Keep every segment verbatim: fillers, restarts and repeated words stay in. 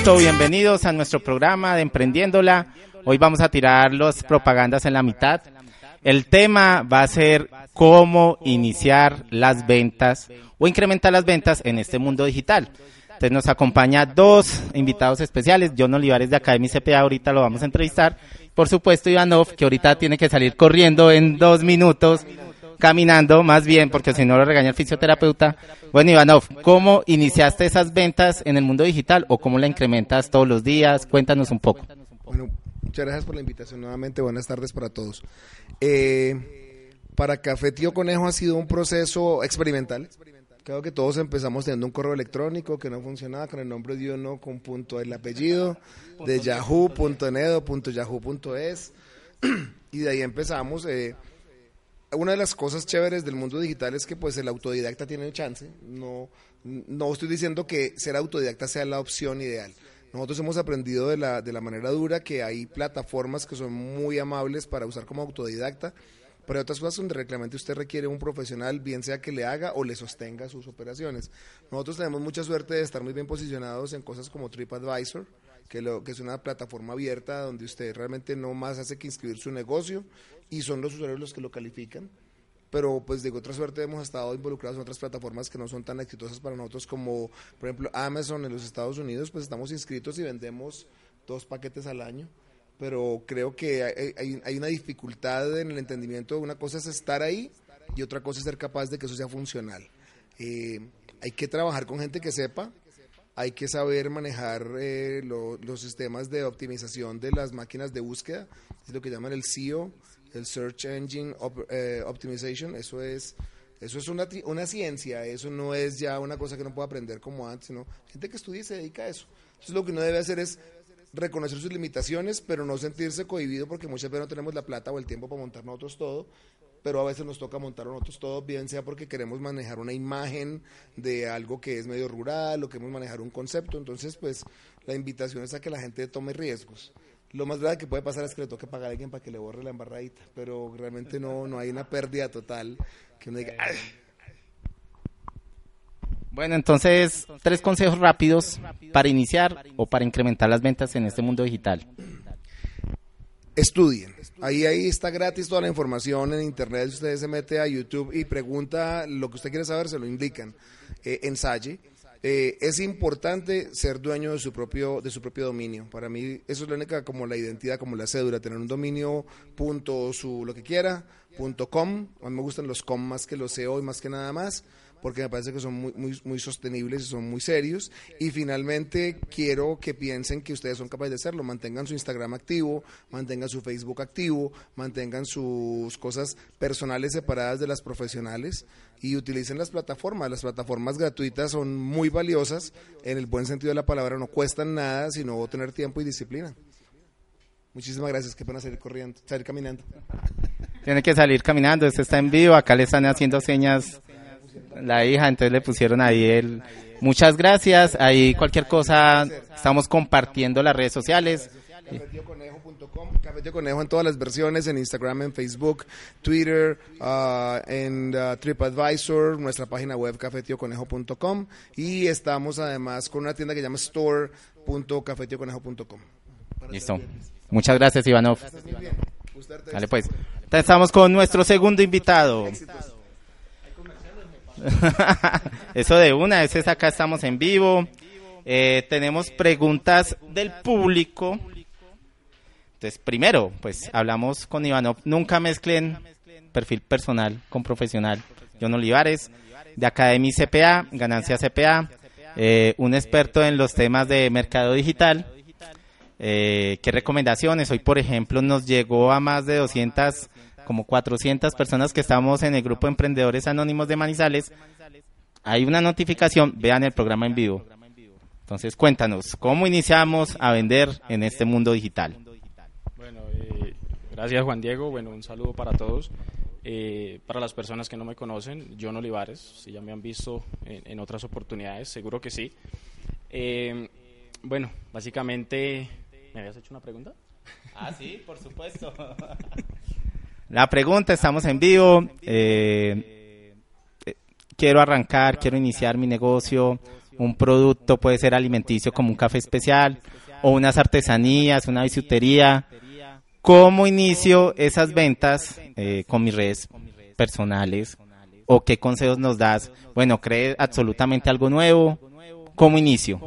gusto, bienvenidos a nuestro programa de Emprendiéndola. Hoy vamos a tirar las propagandas en la mitad. El tema va a ser cómo iniciar las ventas o incrementar las ventas en este mundo digital. Entonces nos acompaña dos invitados especiales, John Olivares de Academy C P A, ahorita lo vamos a entrevistar. Por supuesto Ivanov, que ahorita tiene que salir corriendo en dos minutos, caminando más bien, porque si no lo regaña el fisioterapeuta. Bueno, Ivanov, ¿cómo iniciaste esas ventas en el mundo digital o cómo la incrementas todos los días? Cuéntanos un poco. Bueno, muchas gracias por la invitación nuevamente, buenas tardes para todos. Eh, para Café Tío Conejo ha sido un proceso experimental. Creo que todos empezamos teniendo un correo electrónico que no funcionaba con el nombre de uno, con punto el apellido, de yahoo punto nedo punto yahoo punto es, y de ahí empezamos. Eh, una de las cosas chéveres del mundo digital es que pues el autodidacta tiene chance. No, no estoy diciendo que ser autodidacta sea la opción ideal. Nosotros hemos aprendido de la, de la manera dura que hay plataformas que son muy amables para usar como autodidacta, pero hay otras cosas donde realmente usted requiere un profesional, bien sea que le haga o le sostenga sus operaciones. Nosotros tenemos mucha suerte de estar muy bien posicionados en cosas como TripAdvisor, que, lo, que es una plataforma abierta donde usted realmente no más hace que inscribir su negocio y son los usuarios los que lo califican. Pero pues de otra suerte hemos estado involucrados en otras plataformas que no son tan exitosas para nosotros, como por ejemplo Amazon en los Estados Unidos. Pues estamos inscritos y vendemos dos paquetes al año, pero creo que hay, hay, hay una dificultad en el entendimiento. Una cosa es estar ahí y otra cosa es ser capaz de que eso sea funcional. Eh, hay que trabajar con gente que sepa, hay que saber manejar eh, lo, los sistemas de optimización de las máquinas de búsqueda, es lo que llaman el S E O, el Search Engine Op, eh, Optimization. Eso es eso es una, una ciencia, eso no es ya una cosa que no puede aprender como antes, sino gente que estudia y se dedica a eso. Entonces lo que uno debe hacer es reconocer sus limitaciones, pero no sentirse cohibido, porque muchas veces no tenemos la plata o el tiempo para montar nosotros todo, pero a veces nos toca montar nosotros todo, bien sea porque queremos manejar una imagen de algo que es medio rural o queremos manejar un concepto. Entonces pues la invitación es a que la gente tome riesgos. Lo más grave que puede pasar es que le toque pagar a alguien para que le borre la embarradita, pero realmente no, no hay una pérdida total que uno diga ¡ay! Bueno, entonces, tres consejos rápidos para iniciar o para incrementar las ventas en este mundo digital. Estudien. Ahí, ahí está gratis toda la información en internet. Si usted se mete a YouTube y pregunta lo que usted quiere saber, se lo indican. Eh, ensaye. Eh, es importante ser dueño de su propio de su propio dominio. Para mí eso es la única, como la identidad, como la cédula, tener un dominio punto su lo que quiera punto com. A mí me gustan los com más que los S E O y más que nada más, porque me parece que son muy, muy, muy sostenibles y son muy serios. Y finalmente quiero que piensen que ustedes son capaces de hacerlo. Mantengan su Instagram activo, mantengan su Facebook activo, mantengan sus cosas personales separadas de las profesionales y utilicen las plataformas. Las plataformas gratuitas son muy valiosas, en el buen sentido de la palabra, no cuestan nada, sino tener tiempo y disciplina. Muchísimas gracias, qué pena salir corriendo, salir caminando. Tiene que salir caminando, este está en vivo, acá le están haciendo señas la hija, entonces le pusieron ahí el... Muchas gracias, ahí cualquier cosa, estamos compartiendo las redes sociales. café tío conejo punto com, Café Tío Conejo en todas las versiones, en Instagram, en Facebook, Twitter, uh, en uh, TripAdvisor, nuestra página web café tío conejo punto com, y estamos además con una tienda que se llama store punto café tío conejo punto com. Listo, muchas gracias Ivanov. Dale pues, entonces estamos con nuestro segundo invitado. Eso de una, ese es acá, estamos en vivo. Eh, tenemos preguntas del público. Entonces, primero, pues hablamos con Ivanov. Nunca mezclen perfil personal con profesional. John Olivares, de Academy C P A, Ganancia C P A, eh, un experto en los temas de mercado digital. Eh, ¿Qué recomendaciones? Hoy, por ejemplo, nos llegó a más de doscientas, como cuatrocientas personas que estamos en el grupo de Emprendedores Anónimos de Manizales. Hay una notificación, vean el programa en vivo. Entonces, cuéntanos, ¿cómo iniciamos a vender en este mundo digital? Bueno, eh, gracias Juan Diego, bueno, un saludo para todos. Eh, para las personas que no me conocen, John Olivares, si ya me han visto en, en otras oportunidades, seguro que sí. Eh, bueno, básicamente, ¿me habías hecho una pregunta? Ah, sí, por supuesto. La pregunta, estamos en vivo, eh, quiero arrancar, quiero iniciar mi negocio un producto puede ser alimenticio como un café especial o unas artesanías, una bisutería. ¿Cómo inicio esas ventas eh, con mis redes personales? ¿O qué consejos nos das? Bueno, ¿cree absolutamente algo nuevo? ¿Cómo inicio?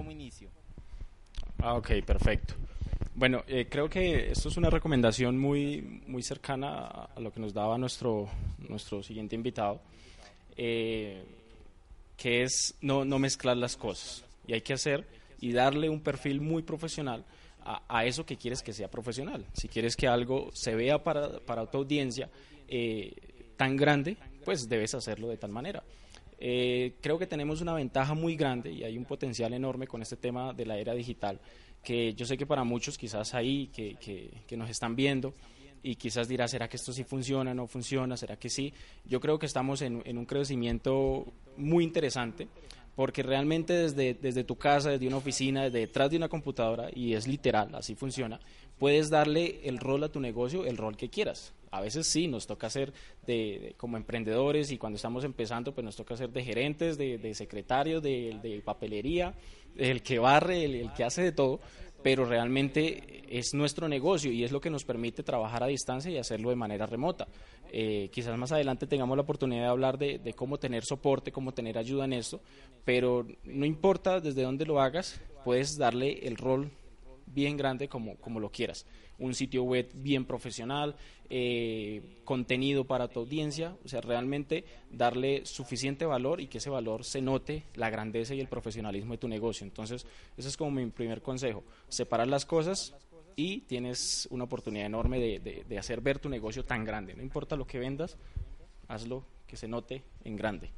Ah, ok, perfecto. Bueno, eh, creo que esto es una recomendación muy, muy cercana a, a lo que nos daba nuestro, nuestro siguiente invitado, eh, que es no, no mezclar las cosas. Y hay que hacer y darle un perfil muy profesional a, a eso que quieres que sea profesional. Si quieres que algo se vea para, para tu audiencia eh, tan grande, pues debes hacerlo de tal manera. Eh, creo que tenemos una ventaja muy grande y hay un potencial enorme con este tema de la era digital, que yo sé que para muchos quizás ahí que, que, que nos están viendo y quizás dirá, ¿será que esto sí funciona, no funciona? ¿Será que sí? Yo creo que estamos en, en un crecimiento muy interesante, porque realmente desde, desde tu casa, desde una oficina, desde detrás de una computadora, y es literal, así funciona, puedes darle el rol a tu negocio, el rol que quieras. A veces sí, nos toca hacer de, de, como emprendedores, y cuando estamos empezando, pues nos toca hacer de gerentes, de, de secretarios, de, de papelería, el que barre, el, el que hace de todo, pero realmente es nuestro negocio y es lo que nos permite trabajar a distancia y hacerlo de manera remota. Eh, quizás más adelante tengamos la oportunidad de hablar de, de cómo tener soporte, cómo tener ayuda en esto, pero no importa desde dónde lo hagas, puedes darle el rol bien grande como, como lo quieras. Un sitio web bien profesional, eh, contenido para tu audiencia, o sea, realmente darle suficiente valor y que ese valor se note la grandeza y el profesionalismo de tu negocio. Entonces, ese es como mi primer consejo, separar las cosas y tienes una oportunidad enorme de, de, de hacer ver tu negocio tan grande. No importa lo que vendas, hazlo que se note en grande.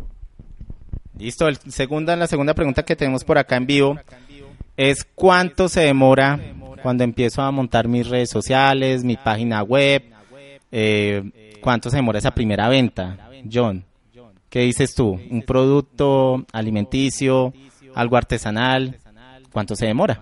Listo, el segunda, la segunda pregunta que tenemos por acá en vivo es ¿cuánto se demora cuando empiezo a montar mis redes sociales, mi página web? Eh, ¿Cuánto se demora esa primera venta? John, ¿qué dices tú? ¿Un producto alimenticio, algo artesanal? ¿Cuánto se demora?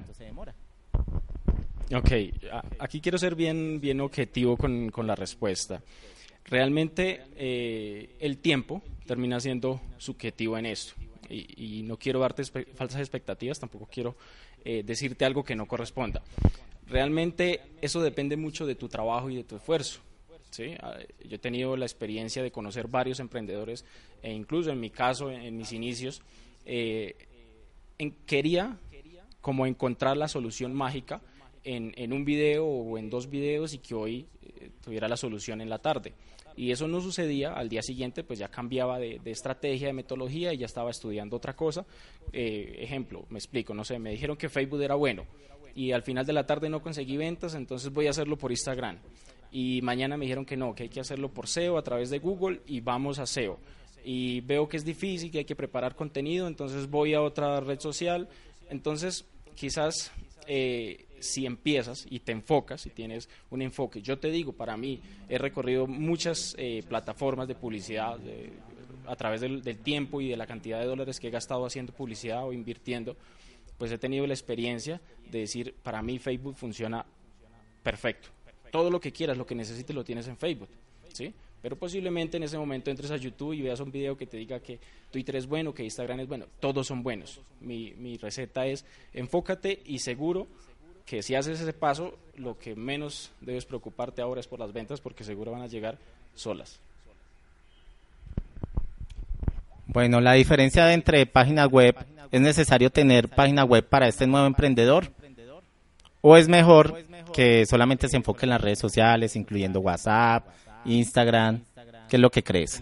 Ok, aquí quiero ser bien, bien objetivo con, con la respuesta. Realmente eh, el tiempo termina siendo subjetivo en esto. Y, y no quiero darte espe- falsas expectativas, tampoco quiero eh, decirte algo que no corresponda. Realmente eso depende mucho de tu trabajo y de tu esfuerzo, ¿sí? Yo he tenido la experiencia de conocer varios emprendedores e incluso en mi caso, en, en mis inicios, eh, en, quería como encontrar la solución mágica en, en un video o en dos videos y que hoy eh, tuviera la solución en la tarde. Y eso no sucedía, al día siguiente pues ya cambiaba de, de estrategia, de metodología y ya estaba estudiando otra cosa. Eh, ejemplo, me explico, no sé, me dijeron que Facebook era bueno y al final de la tarde no conseguí ventas, entonces voy a hacerlo por Instagram. Y mañana me dijeron que no, que hay que hacerlo por S E O a través de Google y vamos a S E O. Y veo que es difícil, que hay que preparar contenido, entonces voy a otra red social. Entonces quizás eh, si empiezas y te enfocas, si tienes un enfoque, yo te digo, para mí he recorrido muchas eh, plataformas de publicidad de, a través del, del tiempo y de la cantidad de dólares que he gastado haciendo publicidad o invirtiendo, pues he tenido la experiencia de decir, para mí Facebook funciona perfecto. Todo lo que quieras, lo que necesites lo tienes en Facebook, ¿sí? Pero posiblemente en ese momento entres a YouTube y veas un video que te diga que Twitter es bueno, que Instagram es bueno, todos son buenos. Mi, mi receta es enfócate y seguro que si haces ese paso, lo que menos debes preocuparte ahora es por las ventas porque seguro van a llegar solas. Bueno, la diferencia entre páginas web, ¿es necesario tener página web para este nuevo emprendedor? ¿O es mejor que solamente se enfoque en las redes sociales, incluyendo WhatsApp, Instagram? ¿Qué es lo que crees?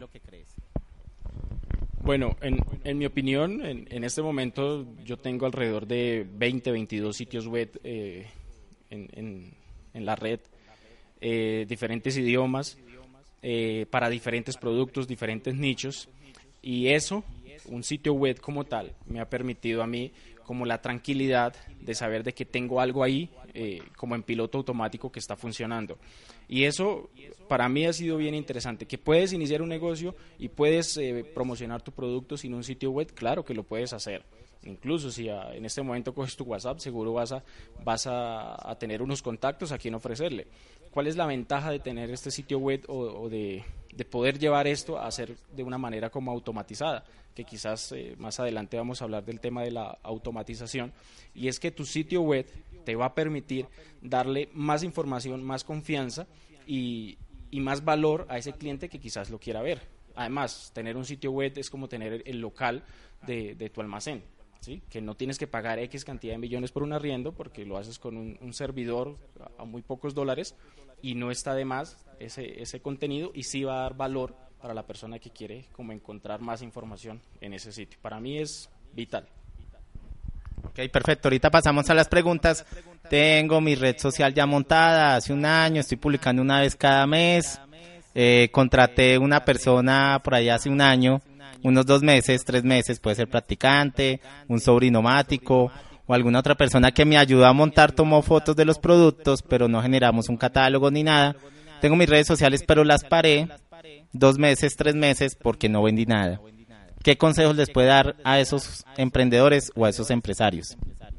Bueno, en, en mi opinión, en, en este momento yo tengo alrededor de veinte, veintidós sitios web eh, en, en, en la red, eh, diferentes idiomas, eh, para diferentes productos, diferentes nichos, y eso, un sitio web como tal, me ha permitido a mí como la tranquilidad de saber de que tengo algo ahí eh, como en piloto automático que está funcionando. Y eso para mí ha sido bien interesante, que puedes iniciar un negocio y puedes eh, promocionar tu producto sin un sitio web, claro que lo puedes hacer. Incluso si a, en este momento coges tu WhatsApp, seguro vas a, vas a, a tener unos contactos a quien ofrecerle. ¿Cuál es la ventaja de tener este sitio web o, o de, de poder llevar esto a hacer de una manera como automatizada, que quizás eh, más adelante vamos a hablar del tema de la automatización, y es que tu sitio web te va a permitir darle más información, más confianza y, y más valor a ese cliente que quizás lo quiera ver. Además, tener un sitio web es como tener el local de, de tu almacén, ¿sí? Que no tienes que pagar X cantidad de millones por un arriendo porque lo haces con un, un servidor a, a muy pocos dólares, y no está de más ese, ese contenido, y sí va a dar valor para la persona que quiere como encontrar más información en ese sitio. Para mí es vital. Ok, perfecto. Ahorita pasamos a las preguntas. Tengo mi red social ya montada hace un año, estoy publicando una vez cada mes. Eh, contraté una persona por ahí hace un año, unos dos meses, tres meses, puede ser practicante, un sobrinomático o alguna otra persona que me ayudó a montar, tomó fotos de los productos, pero no generamos un catálogo ni nada. Tengo mis redes sociales, pero las paré dos meses, tres meses porque no vendí nada. ¿Qué consejos les puede dar a esos emprendedores o a esos empresarios?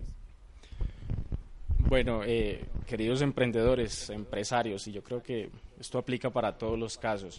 Bueno, eh, queridos emprendedores, empresarios, y yo creo que esto aplica para todos los casos,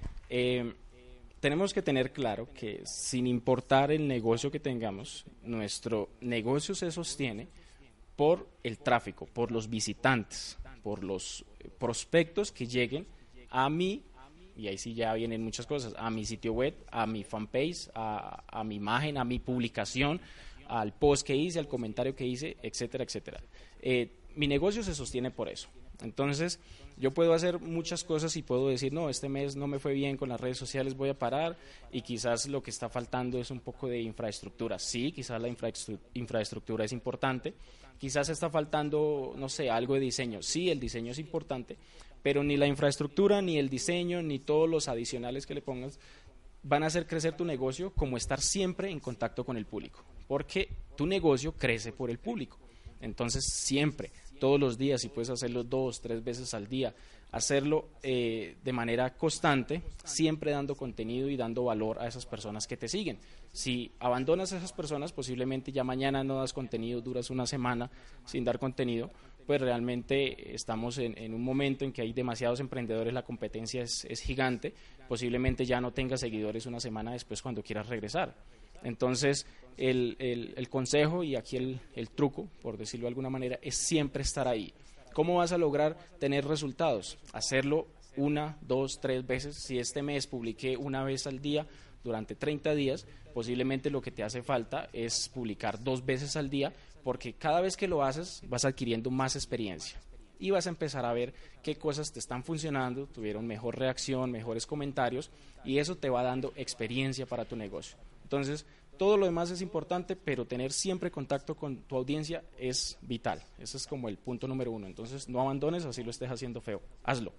eh, tenemos que tener claro que sin importar el negocio que tengamos, nuestro negocio se sostiene por el tráfico, por los visitantes, por los prospectos que lleguen a mi, y ahí sí ya vienen muchas cosas, a mi sitio web, a mi fanpage, a, a mi imagen, a mi publicación, al post que hice, al comentario que hice, etcétera, etcétera. Eh, mi negocio se sostiene por eso. Entonces, yo puedo hacer muchas cosas y puedo decir, no, este mes no me fue bien con las redes sociales, voy a parar, y quizás lo que está faltando es un poco de infraestructura. Sí, quizás la infraestru- infraestructura es importante, quizás está faltando, no sé, algo de diseño. Sí, el diseño es importante, pero ni la infraestructura, ni el diseño, ni todos los adicionales que le pongas van a hacer crecer tu negocio como estar siempre en contacto con el público, porque tu negocio crece por el público. Entonces, siempre, todos los días, si puedes hacerlo dos, tres veces al día, hacerlo eh, de manera constante, siempre dando contenido y dando valor a esas personas que te siguen. Si abandonas a esas personas, posiblemente ya mañana no das contenido, duras una semana sin dar contenido, pues realmente estamos en, en un momento en que hay demasiados emprendedores, la competencia es, es gigante, posiblemente ya no tengas seguidores una semana después cuando quieras regresar. Entonces, el, el, el consejo y aquí el, el truco, por decirlo de alguna manera, es siempre estar ahí. ¿Cómo vas a lograr tener resultados? Hacerlo una, dos, tres veces. Si este mes publiqué una vez al día durante treinta días, posiblemente lo que te hace falta es publicar dos veces al día, porque cada vez que lo haces vas adquiriendo más experiencia y vas a empezar a ver qué cosas te están funcionando, tuvieron mejor reacción, mejores comentarios, y eso te va dando experiencia para tu negocio. Entonces, todo lo demás es importante, pero tener siempre contacto con tu audiencia es vital. Ese es como el punto número uno. Entonces, no abandones, así lo estés haciendo feo. Hazlo.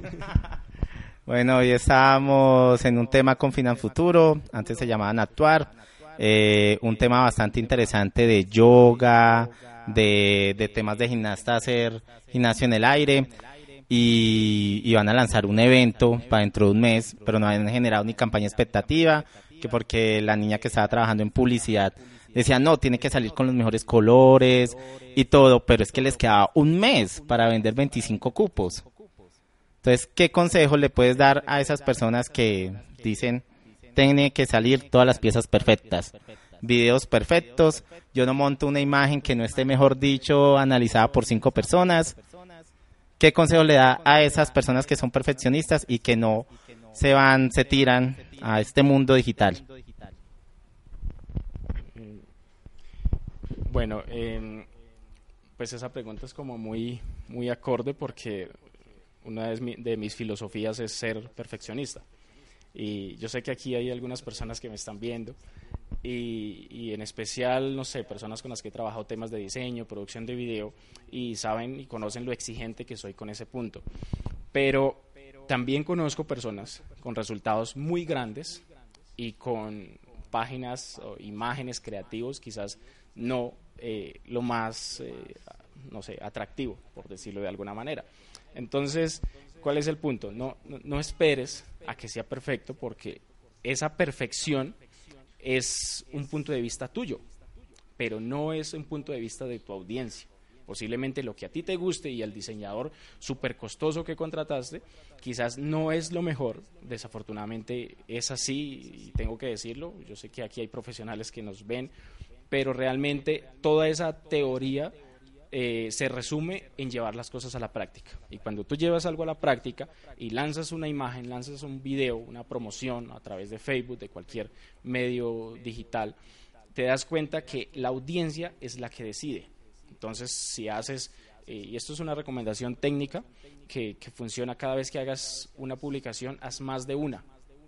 Bueno, hoy estamos en un tema con Finanfuturo, antes se llamaban Actuar, eh, un tema bastante interesante de yoga, de, de temas de gimnasta, hacer gimnasio en el aire, y, y van a lanzar un evento para dentro de un mes, pero no han generado ni campaña expectativa, que porque la niña que estaba trabajando en publicidad decía, no, tiene que salir con los mejores colores y todo, pero es que les quedaba un mes para vender veinticinco cupos. Entonces, ¿qué consejo le puedes dar a esas personas que dicen, tiene que salir todas las piezas perfectas, videos perfectos, yo no monto una imagen que no esté, mejor dicho, analizada por cinco personas? ¿Qué consejo le da a esas personas que son perfeccionistas y que no se van, se tiran a este mundo digital? Bueno, eh, pues esa pregunta es como muy, muy acorde, porque una de, mi, de mis filosofías es ser perfeccionista. Y yo sé que aquí hay algunas personas que me están viendo y, y en especial, no sé, personas con las que he trabajado temas de diseño, producción de video, y saben y conocen lo exigente que soy con ese punto. Pero también conozco personas con resultados muy grandes y con páginas o imágenes creativos quizás no eh, lo más, eh, no sé, atractivo, por decirlo de alguna manera. Entonces, ¿cuál es el punto? No, no, no esperes a que sea perfecto, porque esa perfección es un punto de vista tuyo, pero no es un punto de vista de tu audiencia. Posiblemente lo que a ti te guste y el diseñador súper costoso que contrataste, quizás no es lo mejor. Desafortunadamente es así y tengo que decirlo. Yo sé que aquí hay profesionales que nos ven, pero realmente toda esa teoría eh, se resume en llevar las cosas a la práctica. Y cuando tú llevas algo a la práctica y lanzas una imagen, lanzas un video, una promoción a través de Facebook, de cualquier medio digital, te das cuenta que la audiencia es la que decide. Entonces, si haces, eh, y esto es una recomendación técnica que, que funciona cada vez que hagas una publicación, haz más de una,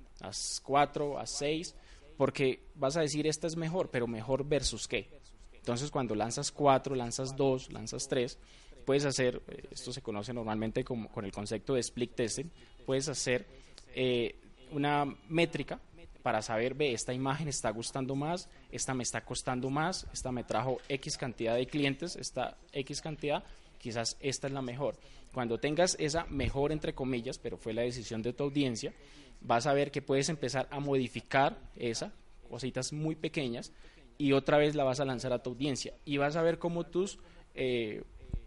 haz cuatro, haz seis, porque vas a decir esta es mejor, pero mejor versus qué. Entonces, cuando lanzas cuatro, lanzas dos, lanzas tres, puedes hacer, eh, esto se conoce normalmente como, con el concepto de split testing, puedes hacer eh, una métrica para saber, ve, esta imagen está gustando más, esta me está costando más, esta me trajo X cantidad de clientes, esta X cantidad, quizás esta es la mejor. Cuando tengas esa mejor, entre comillas, pero fue la decisión de tu audiencia, vas a ver que puedes empezar a modificar esa, cositas muy pequeñas, y otra vez la vas a lanzar a tu audiencia, y vas a ver cómo tus, eh,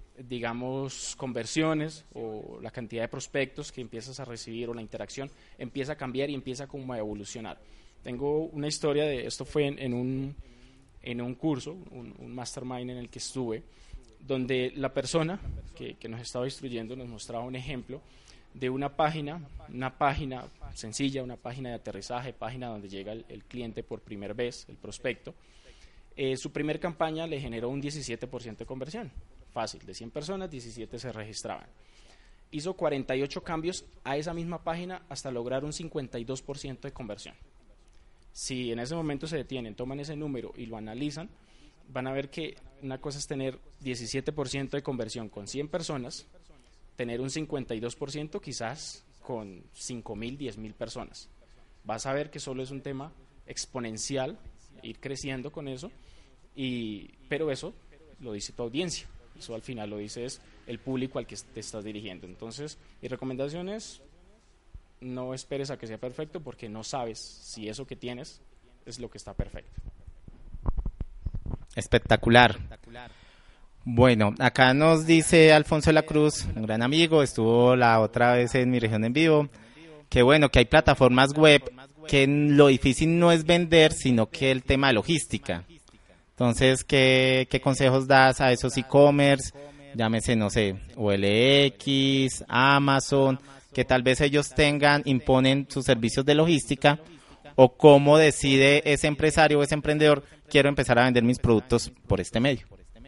digamos, conversiones o la cantidad de prospectos que empiezas a recibir o la interacción empieza a cambiar y empieza como a evolucionar. Tengo una historia de esto, fue en, en, un, en un curso, un, un mastermind en el que estuve, donde la persona que, que nos estaba instruyendo nos mostraba un ejemplo de una página, una página sencilla, una página de aterrizaje, página donde llega el, el cliente por primera vez, el prospecto. Eh, su primer campaña le generó un diecisiete por ciento de conversión. Fácil, de cien personas, diecisiete se registraban. Hizo cuarenta y ocho cambios a esa misma página hasta lograr un cincuenta y dos por ciento de conversión. Si en ese momento se detienen, toman ese número y lo analizan, van a ver que una cosa es tener diecisiete por ciento de conversión con cien personas, tener un cincuenta y dos por ciento quizás con cinco mil, diez mil personas. Vas a ver que solo es un tema exponencial, ir creciendo con eso, y, pero eso lo dice tu audiencia. Eso al final lo dice es el público al que te estás dirigiendo. Entonces, mi recomendación es no esperes a que sea perfecto porque no sabes si eso que tienes es lo que está perfecto. Espectacular. Bueno, acá nos dice Alfonso de la Cruz, un gran amigo, estuvo la otra vez en Mi Región en Vivo, que bueno, que hay plataformas web que lo difícil no es vender, sino que el tema de logística. Entonces, ¿qué, qué consejos das a esos e-commerce? Llámese, no sé, O L X, Amazon, que tal vez ellos tengan, imponen sus servicios de logística, o cómo decide ese empresario o ese emprendedor, quiero empezar a vender mis productos por este medio.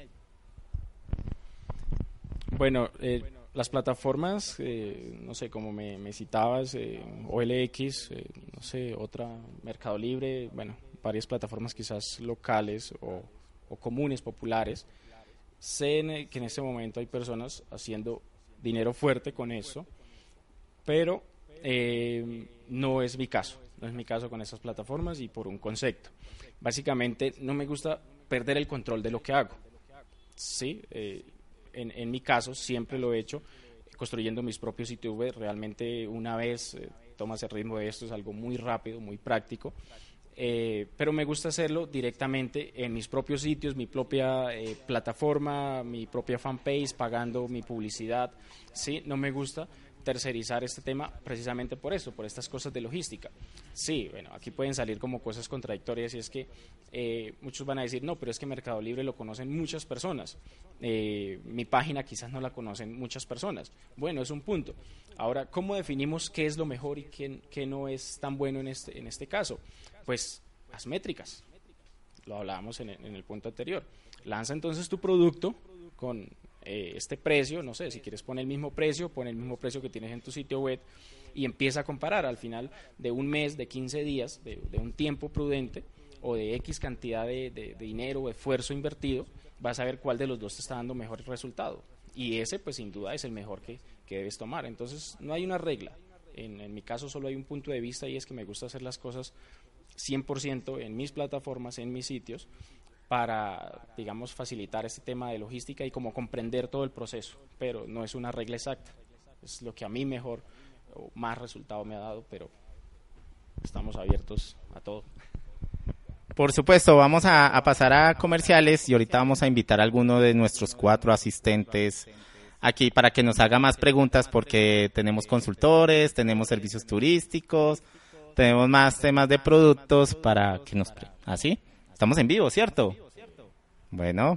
Bueno, eh, las plataformas, eh, no sé, como me, me citabas, eh, O L X, eh, no sé, otra, Mercado Libre, bueno, varias plataformas quizás locales o, o comunes, populares. Sé en, que en este momento hay personas haciendo dinero fuerte con eso, pero eh, no es mi caso, no es mi caso con esas plataformas y por un concepto. Básicamente no me gusta perder el control de lo que hago, ¿sí? Eh, en, en mi caso siempre lo he hecho construyendo mis propios sitios web. Realmente una vez eh, tomas el ritmo de esto, es algo muy rápido, muy práctico. Eh, pero me gusta hacerlo directamente en mis propios sitios, mi propia eh, plataforma, mi propia fanpage, pagando mi publicidad, ¿sí? No me gusta tercerizar este tema precisamente por eso, por estas cosas de logística. Sí, bueno, aquí pueden salir como cosas contradictorias y es que eh, muchos van a decir, no, pero es que Mercado Libre lo conocen muchas personas, eh, mi página quizás no la conocen muchas personas. Bueno, es un punto. Ahora, ¿cómo definimos qué es lo mejor y qué, qué no es tan bueno en este, en este caso? Pues las métricas, lo hablábamos en el, en el punto anterior. Lanza entonces tu producto con eh, este precio, no sé, si quieres pon el mismo precio, pon el mismo precio que tienes en tu sitio web y empieza a comparar al final de un mes, de quince días, de, de un tiempo prudente o de X cantidad de, de, de dinero o esfuerzo invertido, vas a ver cuál de los dos te está dando mejor resultado. Y ese, pues sin duda, es el mejor que, que debes tomar. Entonces, no hay una regla. En, en mi caso solo hay un punto de vista y es que me gusta hacer las cosas cien por ciento en mis plataformas, en mis sitios, para, digamos, facilitar este tema de logística y como comprender todo el proceso, pero no es una regla exacta, es lo que a mí mejor o más resultado me ha dado, pero estamos abiertos a todo. Por supuesto, vamos a, a pasar a comerciales y ahorita vamos a invitar a alguno de nuestros cuatro asistentes aquí para que nos haga más preguntas, porque tenemos consultores, tenemos servicios turísticos, tenemos más temas de productos para que nos... ¿Así? Estamos en vivo, ¿cierto? Bueno...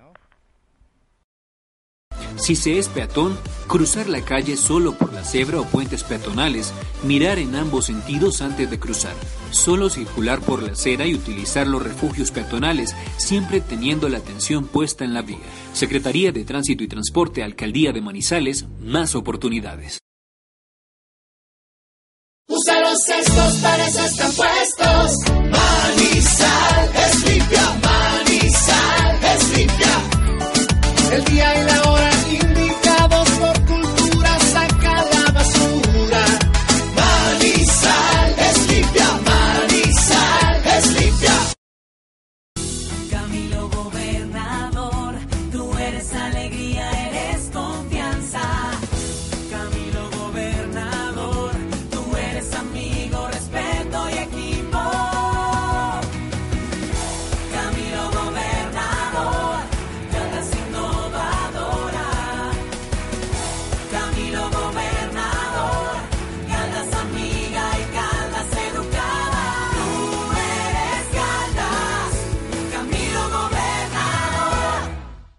Si se es peatón, cruzar la calle solo por la cebra o puentes peatonales, mirar en ambos sentidos antes de cruzar, solo circular por la acera y utilizar los refugios peatonales, siempre teniendo la atención puesta en la vía. Secretaría de Tránsito y Transporte, Alcaldía de Manizales, más oportunidades. Usa los cestos, para eso están puestos. Manizal es limpia, Manizal es limpia. El día y la hora indicados por cultura, saca la basura. Manizal es limpia, Manizal es limpia. Camilo Gobernador, tú eres alegría, eres confianza. Camilo Gobernador, tú eres amigo, respeto y equipo. Camilo Gobernador, Caldas innovadora. Camilo Gobernador, Caldas amiga y Caldas educada. Tú eres Caldas, Camilo Gobernador.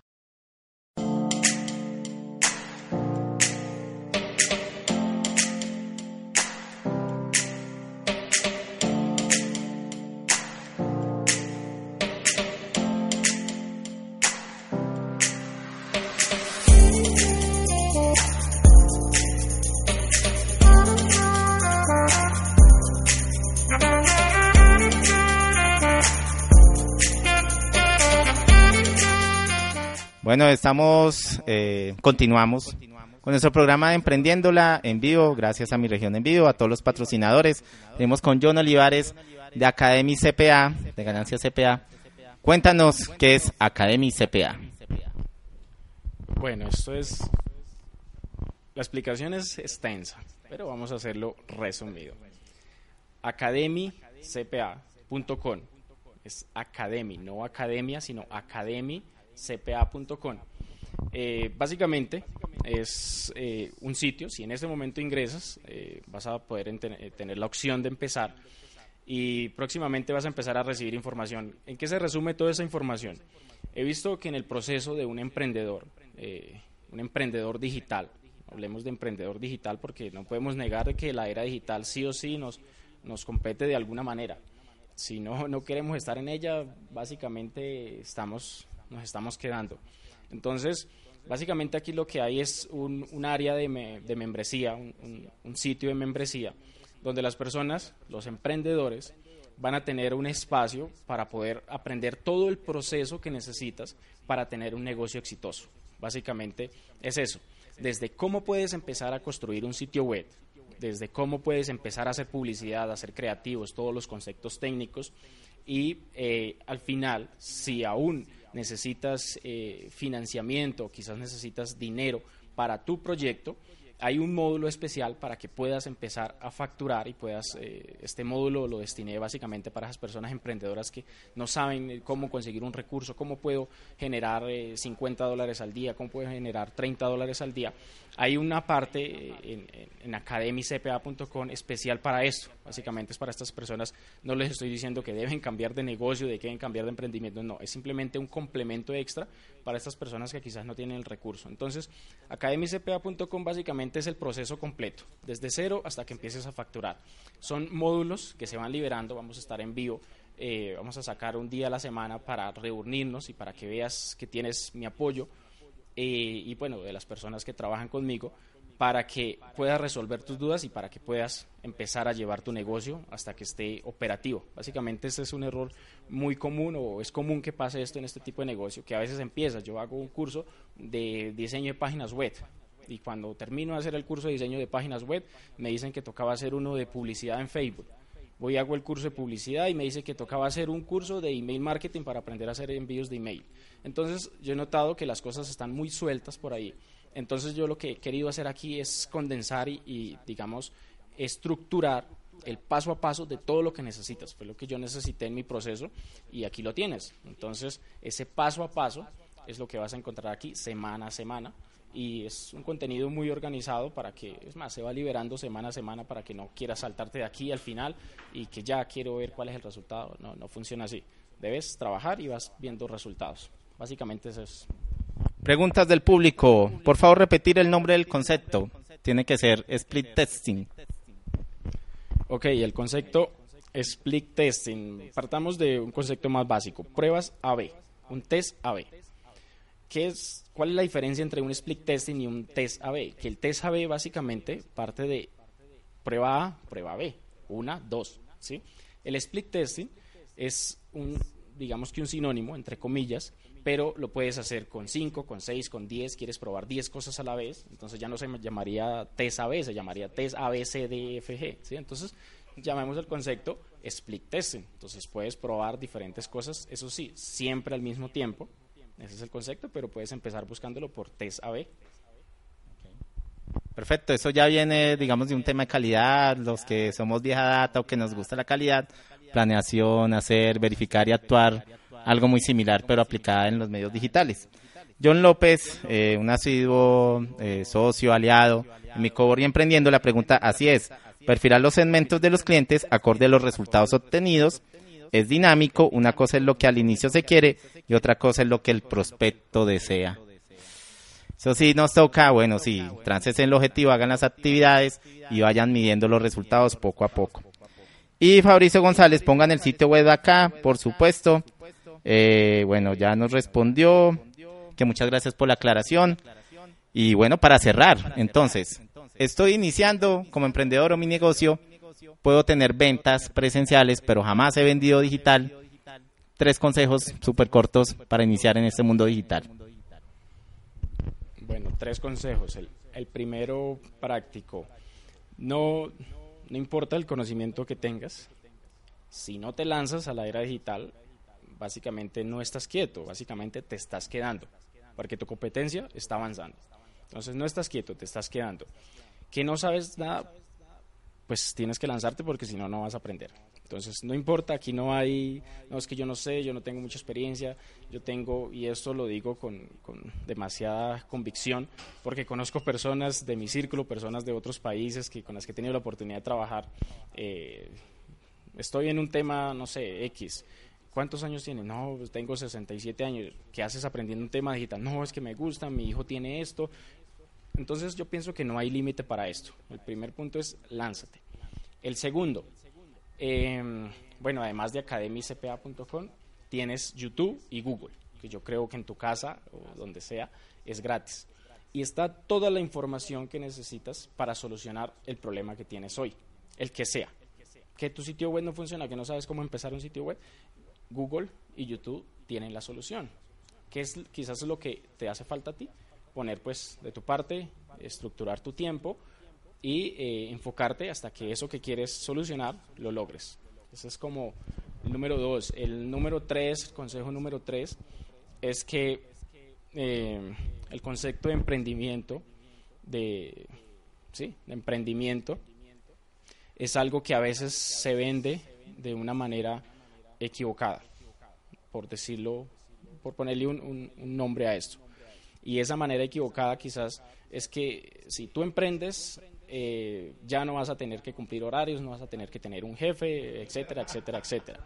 Bueno, estamos, eh, continuamos con nuestro programa de Emprendiéndola en vivo, gracias a Mi Región en Vivo, a todos los patrocinadores. Tenemos con John Olivares de Academy C P A, de Ganancia C P A. Cuéntanos qué es Academy C P A. Bueno, esto es... La explicación es extensa, pero vamos a hacerlo resumido. academy c p a punto com es Academy, no academia, sino academy c p a punto com. Eh, básicamente es eh, un sitio, si en este momento ingresas, eh, vas a poder enten- tener la opción de empezar y próximamente vas a empezar a recibir información. ¿En qué se resume toda esa información? He visto que en el proceso de un emprendedor, eh, un emprendedor digital, hablemos de emprendedor digital porque no podemos negar de que la era digital sí o sí nos, nos compete de alguna manera. Si no, no queremos estar en ella, básicamente estamos, nos estamos quedando. Entonces, básicamente aquí lo que hay es un, un área de, me, de membresía, un, un, un sitio de membresía, donde las personas, los emprendedores, van a tener un espacio para poder aprender todo el proceso que necesitas para tener un negocio exitoso. Básicamente es eso, desde cómo puedes empezar a construir un sitio web, desde cómo puedes empezar a hacer publicidad, a hacer creativos, todos los conceptos técnicos y eh, al final, si aún necesitas eh, financiamiento, quizás necesitas dinero para tu proyecto, hay un módulo especial para que puedas empezar a facturar y puedas, eh, este módulo lo destiné básicamente para esas personas emprendedoras que no saben cómo conseguir un recurso, cómo puedo generar eh, cincuenta dólares al día, cómo puedo generar treinta dólares al día. Hay una parte eh, en, en academy c p a punto com especial para esto, básicamente es para estas personas. No les estoy diciendo que deben cambiar de negocio, de que deben cambiar de emprendimiento, no, es simplemente un complemento extra para estas personas que quizás no tienen el recurso. Entonces, academy c p a punto com básicamente es el proceso completo, desde cero hasta que empieces a facturar. Son módulos que se van liberando, vamos a estar en vivo, eh, vamos a sacar un día a la semana para reunirnos y para que veas que tienes mi apoyo eh, y bueno, de las personas que trabajan conmigo, para que puedas resolver tus dudas y para que puedas empezar a llevar tu negocio hasta que esté operativo. Básicamente este es un error muy común, o es común que pase esto en este tipo de negocio, que a veces empiezas, yo hago un curso de diseño de páginas web y cuando termino de hacer el curso de diseño de páginas web me dicen que tocaba hacer uno de publicidad en Facebook. Voy y hago el curso de publicidad y me dice que tocaba hacer un curso de email marketing para aprender a hacer envíos de email. Entonces yo he notado que las cosas están muy sueltas por ahí. Entonces yo lo que he querido hacer aquí es condensar y, y digamos, estructurar el paso a paso de todo lo que necesitas. Fue lo que yo necesité en mi proceso y aquí lo tienes. Entonces, ese paso a paso es lo que vas a encontrar aquí semana a semana y es un contenido muy organizado para que, es más, se va liberando semana a semana para que no quieras saltarte de aquí al final y que ya quiero ver cuál es el resultado. No, no funciona así. Debes trabajar y vas viendo resultados. Básicamente eso es. Preguntas del público. Por favor, repetir el nombre del concepto. Tiene que ser split testing. Ok, el concepto split testing. Partamos de un concepto más básico. Pruebas A B. Un test A B. ¿Qué es, ¿Cuál es la diferencia entre un split testing y un test A B? Que el test A B básicamente parte de prueba A, prueba B. Una, dos. ¿Sí? El split testing es un, digamos que un sinónimo, entre comillas, pero lo puedes hacer con cinco, con seis, con diez, quieres probar diez cosas a la vez, entonces ya no se llamaría test A B, se llamaría test A B C D E F G, ¿sí? Entonces llamemos el concepto split testing, entonces puedes probar diferentes cosas, eso sí, siempre al mismo tiempo, ese es el concepto, pero puedes empezar buscándolo por test A B. Perfecto, eso ya viene, digamos, de un tema de calidad, los que somos vieja data o que nos gusta la calidad, planeación, hacer, verificar y actuar, algo muy similar, pero aplicada en los medios digitales. John López, eh, un asiduo eh, socio, aliado, en mi cowork y emprendiendo, la pregunta así es, perfilar los segmentos de los clientes acorde a los resultados obtenidos, es dinámico, una cosa es lo que al inicio se quiere y otra cosa es lo que el prospecto desea. Eso sí nos toca, bueno, sí, trances en el objetivo, hagan las actividades y vayan midiendo los resultados poco a poco. Y Fabricio González, pongan el sitio web acá, por supuesto. Eh, bueno, ya nos respondió, que muchas gracias por la aclaración. Y bueno, para cerrar, entonces, estoy iniciando como emprendedor o mi negocio, puedo tener ventas presenciales, pero jamás he vendido digital. Tres consejos súper cortos para iniciar en este mundo digital. Bueno, tres consejos. El, el primero, práctico. No, no importa el conocimiento que tengas, si no te lanzas a la era digital, básicamente no estás quieto, básicamente te estás quedando, porque tu competencia está avanzando. Entonces no estás quieto, te estás quedando. Que no sabes nada, pues tienes que lanzarte porque si no, no vas a aprender. Entonces no importa, aquí no hay, no es que yo no sé, yo no tengo mucha experiencia, yo tengo, y esto lo digo con, con demasiada convicción, porque conozco personas de mi círculo, personas de otros países que con las que he tenido la oportunidad de trabajar. Eh, estoy en un tema, no sé, X. ¿Cuántos años tienes? No, pues tengo sesenta y siete años. ¿Qué haces aprendiendo un tema digital? No, es que me gusta, mi hijo tiene esto. Entonces yo pienso que no hay límite para esto. El primer punto es lánzate. El segundo, eh, bueno, además de academy c p a punto com, tienes YouTube y Google, que yo creo que en tu casa o donde sea es gratis. Y está toda la información que necesitas para solucionar el problema que tienes hoy, el que sea. Que tu sitio web no funciona, que no sabes cómo empezar un sitio web, Google y YouTube tienen la solución. ¿Qué es quizás lo que te hace falta a ti? Poner pues de tu parte, estructurar tu tiempo y eh, enfocarte hasta que eso que quieres solucionar lo logres. Ese es como el número dos. El número tres, el consejo número tres, es que eh, el concepto de emprendimiento, de, ¿sí? de emprendimiento, es algo que a veces se vende de una manera equivocada, por decirlo, por ponerle un, un, un nombre a esto. Y esa manera equivocada quizás es que si tú emprendes, eh, ya no vas a tener que cumplir horarios, no vas a tener que tener un jefe, etcétera, etcétera, etcétera.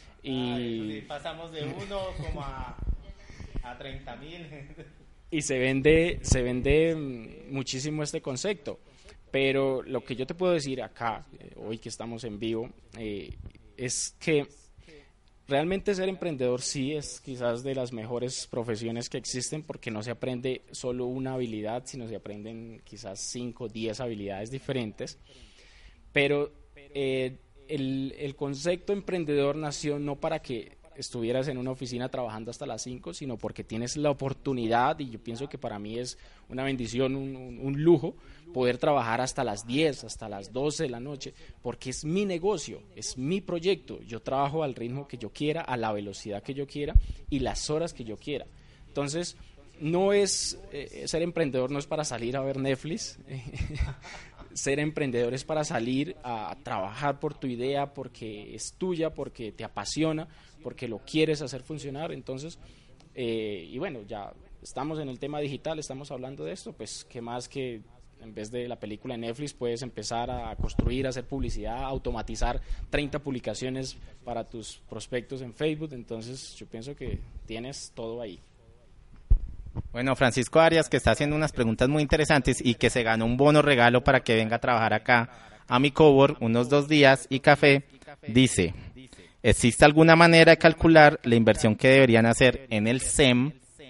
Y pasamos de uno como a, a treinta mil. Y se vende, se vende muchísimo este concepto. Pero lo que yo te puedo decir acá, eh, hoy que estamos en vivo, eh, es que realmente ser emprendedor sí es quizás de las mejores profesiones que existen, porque no se aprende solo una habilidad, sino se aprenden quizás cinco, diez habilidades diferentes. Pero eh, el, el concepto emprendedor nació no para que estuvieras en una oficina trabajando hasta las cinco, sino porque tienes la oportunidad, y yo pienso que para mí es una bendición, un, un, un lujo, poder trabajar hasta las diez, hasta las doce de la noche, porque es mi negocio, es mi proyecto. Yo trabajo al ritmo que yo quiera, a la velocidad que yo quiera y las horas que yo quiera. Entonces, no es, eh, ser emprendedor no es para salir a ver Netflix, ser emprendedor es para salir a trabajar por tu idea, porque es tuya, porque te apasiona, porque lo quieres hacer funcionar. Entonces, eh, y bueno, ya estamos en el tema digital, estamos hablando de esto, pues qué más que en vez de la película de Netflix puedes empezar a construir, a hacer publicidad, a automatizar treinta publicaciones para tus prospectos en Facebook. Entonces yo pienso que tienes todo ahí. Bueno, Francisco Arias, que está haciendo unas preguntas muy interesantes y que se ganó un bono regalo para que venga a trabajar acá a mi cowork unos dos días y café, dice: ¿existe alguna manera de calcular la inversión que deberían hacer en el S E M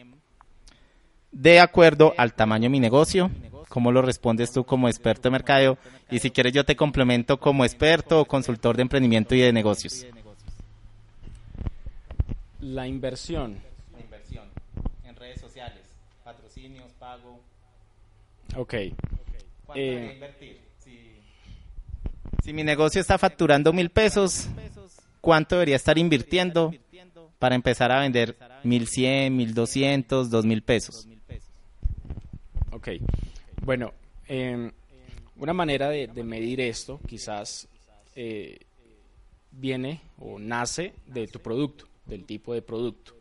de acuerdo al tamaño de mi negocio? ¿Cómo lo respondes tú como experto de mercadeo? Y si quieres yo te complemento como experto o consultor de emprendimiento y de negocios. La inversión. La inversión en redes sociales, patrocinios, pago. Ok. ¿Cuánto Eh, debería invertir? Si, si mi negocio está facturando mil pesos, ¿cuánto debería estar invirtiendo para empezar a vender mil cien, mil doscientos, dos mil pesos? Ok. Bueno, eh, una manera de, de medir esto quizás eh, viene o nace de tu producto, del tipo de producto.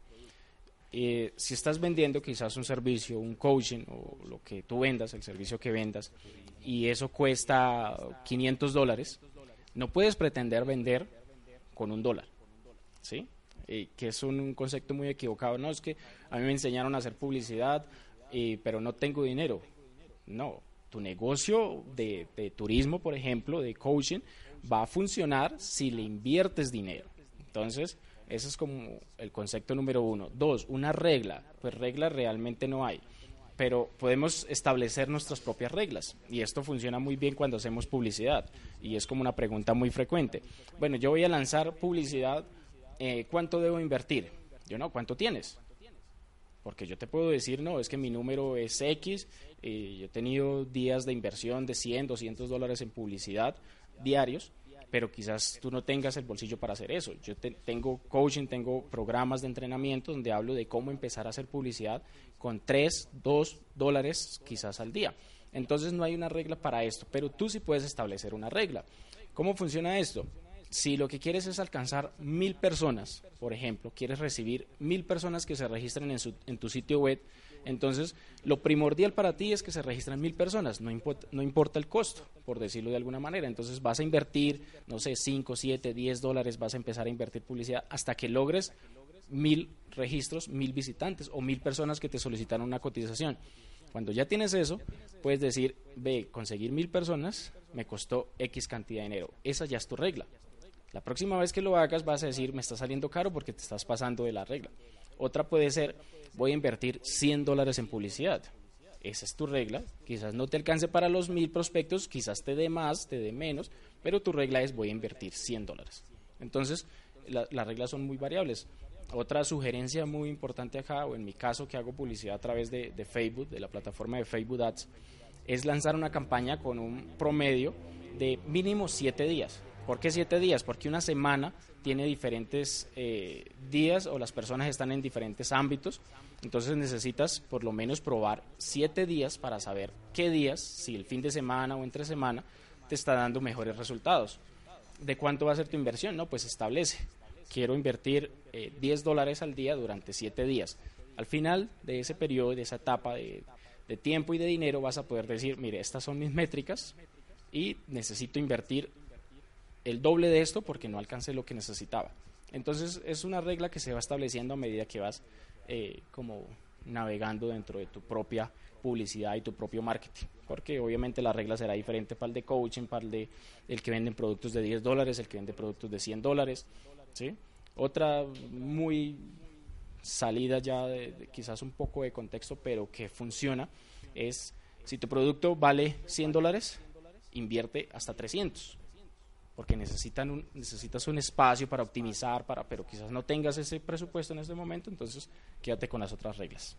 Eh, si estás vendiendo quizás un servicio, un coaching o lo que tú vendas, el servicio que vendas, y eso cuesta quinientos dólares, no puedes pretender vender con un dólar, ¿sí? Eh, que es un, un concepto muy equivocado. No, es que a mí me enseñaron a hacer publicidad, eh, pero no tengo dinero. No, tu negocio de, de turismo, por ejemplo, de coaching, va a funcionar si le inviertes dinero. Entonces, ese es como el concepto número uno. Dos, una regla. Pues reglas realmente no hay, pero podemos establecer nuestras propias reglas, y esto funciona muy bien cuando hacemos publicidad, y es como una pregunta muy frecuente. Bueno, yo voy a lanzar publicidad, eh, ¿cuánto debo invertir? Yo no, ¿cuánto tienes? Porque yo te puedo decir, no, es que mi número es X, eh, yo he tenido días de inversión de cien, doscientos dólares en publicidad diarios, pero quizás tú no tengas el bolsillo para hacer eso. Yo te, tengo coaching, tengo programas de entrenamiento donde hablo de cómo empezar a hacer publicidad con tres, dos dólares quizás al día. Entonces no hay una regla para esto, pero tú sí puedes establecer una regla. ¿Cómo funciona esto? Si lo que quieres es alcanzar mil personas, por ejemplo, quieres recibir mil personas que se registren en, su, en tu sitio web, entonces lo primordial para ti es que se registren mil personas, no importa, no importa el costo, por decirlo de alguna manera. Entonces vas a invertir, no sé, cinco, siete, diez dólares, vas a empezar a invertir publicidad hasta que logres mil registros, mil visitantes o mil personas que te solicitaron una cotización. Cuando ya tienes eso, puedes decir, ve, conseguir mil personas me costó X cantidad de dinero. Esa ya es tu regla. La próxima vez que lo hagas vas a decir, me está saliendo caro porque te estás pasando de la regla. Otra puede ser, voy a invertir cien dólares en publicidad. Esa es tu regla. Quizás no te alcance para los mil prospectos, quizás te dé más, te dé menos, pero tu regla es, voy a invertir cien dólares. Entonces, la, las reglas son muy variables. Otra sugerencia muy importante acá, o en mi caso que hago publicidad a través de, de Facebook, de la plataforma de Facebook Ads, es lanzar una campaña con un promedio de mínimo siete días. ¿Por qué siete días? Porque una semana tiene diferentes eh, días o las personas están en diferentes ámbitos, entonces necesitas por lo menos probar siete días para saber qué días, si el fin de semana o entre semana, te está dando mejores resultados. ¿De cuánto va a ser tu inversión? No, pues establece. Quiero invertir eh, diez dólares al día durante siete días. Al final de ese periodo, de esa etapa de, de tiempo y de dinero, vas a poder decir, mire, estas son mis métricas y necesito invertir el doble de esto porque no alcancé lo que necesitaba. Entonces es una regla que se va estableciendo a medida que vas eh, como navegando dentro de tu propia publicidad y tu propio marketing, porque obviamente la regla será diferente para el de coaching, para el de el que vende productos de diez dólares, el que vende productos de cien dólares, ¿sí? Otra muy salida ya de, de quizás un poco de contexto, pero que funciona, es si tu producto vale cien dólares, invierte hasta trescientos, porque necesitan un, necesitas un espacio para optimizar, para, pero quizás no tengas ese presupuesto en este momento, entonces quédate con las otras reglas.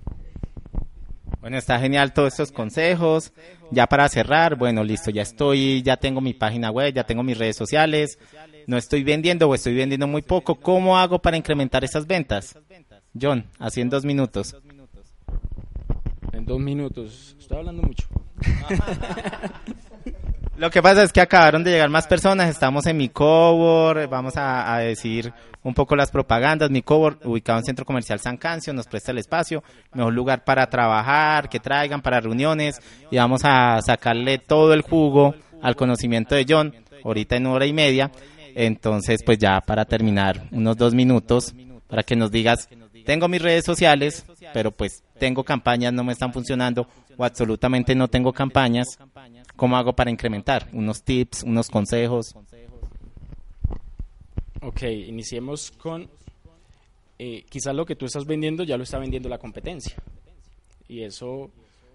Bueno, está genial todos estos consejos. Ya para cerrar, bueno, listo, ya estoy, ya tengo mi página web, ya tengo mis redes sociales, no estoy vendiendo o estoy vendiendo muy poco. ¿Cómo hago para incrementar esas ventas? John, así en dos minutos. En dos minutos, estoy hablando mucho. Lo que pasa es que acabaron de llegar más personas, estamos en mi cowork, vamos a, a decir un poco las propagandas. Mi cowork, ubicado en Centro Comercial San Cancio, nos presta el espacio, mejor lugar para trabajar, que traigan para reuniones, y vamos a sacarle todo el jugo al conocimiento de John, ahorita en hora y media. Entonces, pues ya para terminar, unos dos minutos, para que nos digas, tengo mis redes sociales, pero pues tengo campañas, no me están funcionando, o absolutamente no tengo campañas. ¿Cómo hago para incrementar? Unos tips, unos consejos. Ok, iniciemos con, eh, quizás lo que tú estás vendiendo ya lo está vendiendo la competencia. Y eso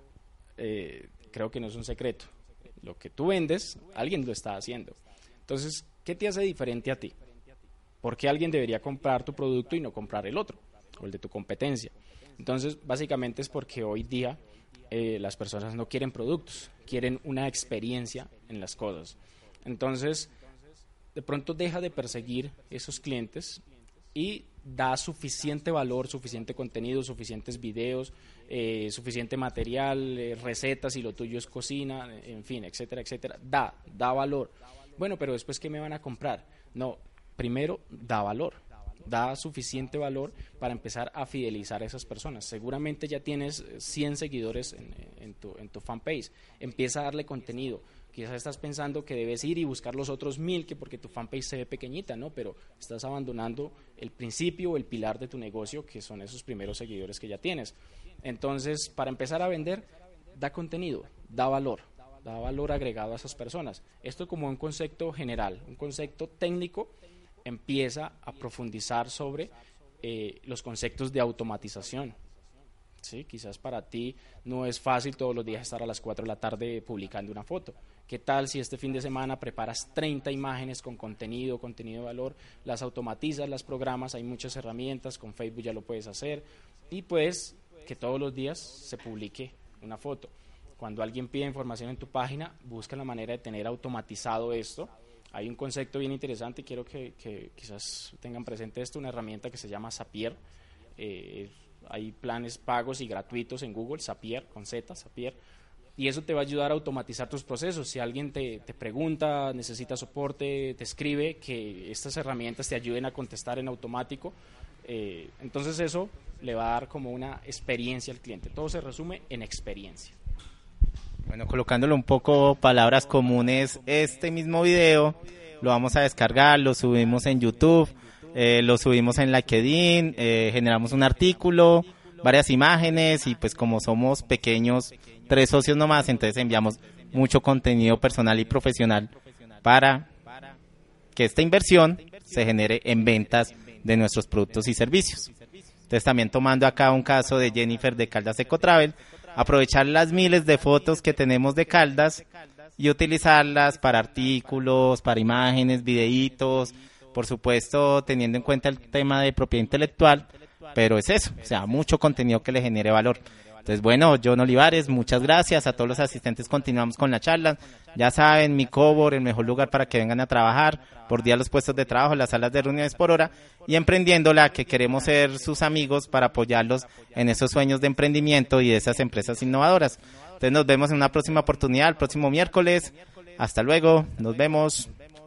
eh, creo que no es un secreto. Lo que tú vendes, alguien lo está haciendo. Entonces, ¿qué te hace diferente a ti? ¿Por qué alguien debería comprar tu producto y no comprar el otro, o el de tu competencia? Entonces, básicamente es porque hoy día eh, las personas no quieren productos, quieren una experiencia en las cosas. Entonces, de pronto deja de perseguir esos clientes y da suficiente valor, suficiente contenido, suficientes videos, eh, suficiente material, eh, recetas, si lo tuyo es cocina, en fin, etcétera, etcétera. Da, da valor. Bueno, pero después, ¿qué me van a comprar? No, primero da valor. Da suficiente valor para empezar a fidelizar a esas personas. Seguramente ya tienes cien seguidores en, en, tu, en tu fanpage. Empieza a darle contenido. Quizás estás pensando que debes ir y buscar los otros mil, que porque tu fanpage se ve pequeñita, ¿no? Pero estás abandonando el principio o el pilar de tu negocio, que son esos primeros seguidores que ya tienes. Entonces, para empezar a vender, da contenido, da valor, da valor agregado a esas personas. Esto como un concepto general, un concepto técnico. Empieza a profundizar sobre eh, los conceptos de automatización. ¿Sí? Quizás para ti no es fácil todos los días estar a las cuatro de la tarde publicando una foto. ¿Qué tal si este fin de semana preparas treinta imágenes con contenido, contenido de valor, las automatizas, las programas? Hay muchas herramientas, con Facebook ya lo puedes hacer, y pues que todos los días se publique una foto. Cuando alguien pide información en tu página, busca la manera de tener automatizado esto. Hay un concepto bien interesante, quiero que, que quizás tengan presente esto, una herramienta que se llama Zapier. Eh, hay planes pagos y gratuitos en Google, Zapier, con Z, Zapier, y eso te va a ayudar a automatizar tus procesos. Si alguien te, te pregunta, necesita soporte, te escribe, que estas herramientas te ayuden a contestar en automático. Eh, entonces eso le va a dar como una experiencia al cliente. Todo se resume en experiencia. Bueno, colocándolo un poco palabras comunes, este mismo video lo vamos a descargar, lo subimos en YouTube, eh, lo subimos en LinkedIn, eh, generamos un artículo, varias imágenes, y pues como somos pequeños, tres socios nomás, entonces enviamos mucho contenido personal y profesional para que esta inversión se genere en ventas de nuestros productos y servicios. Entonces, también tomando acá un caso de Jennifer de Caldas Ecotravel, aprovechar las miles de fotos que tenemos de Caldas y utilizarlas para artículos, para imágenes, videitos, por supuesto teniendo en cuenta el tema de propiedad intelectual, pero es eso, o sea, mucho contenido que le genere valor. Entonces, bueno, John Olivares, muchas gracias. A todos los asistentes continuamos con la charla. Ya saben, mi cowork, el mejor lugar para que vengan a trabajar, por día los puestos de trabajo, las salas de reuniones por hora, y Emprendiéndola, que queremos ser sus amigos para apoyarlos en esos sueños de emprendimiento y de esas empresas innovadoras. Entonces nos vemos en una próxima oportunidad, el próximo miércoles. Hasta luego, nos vemos.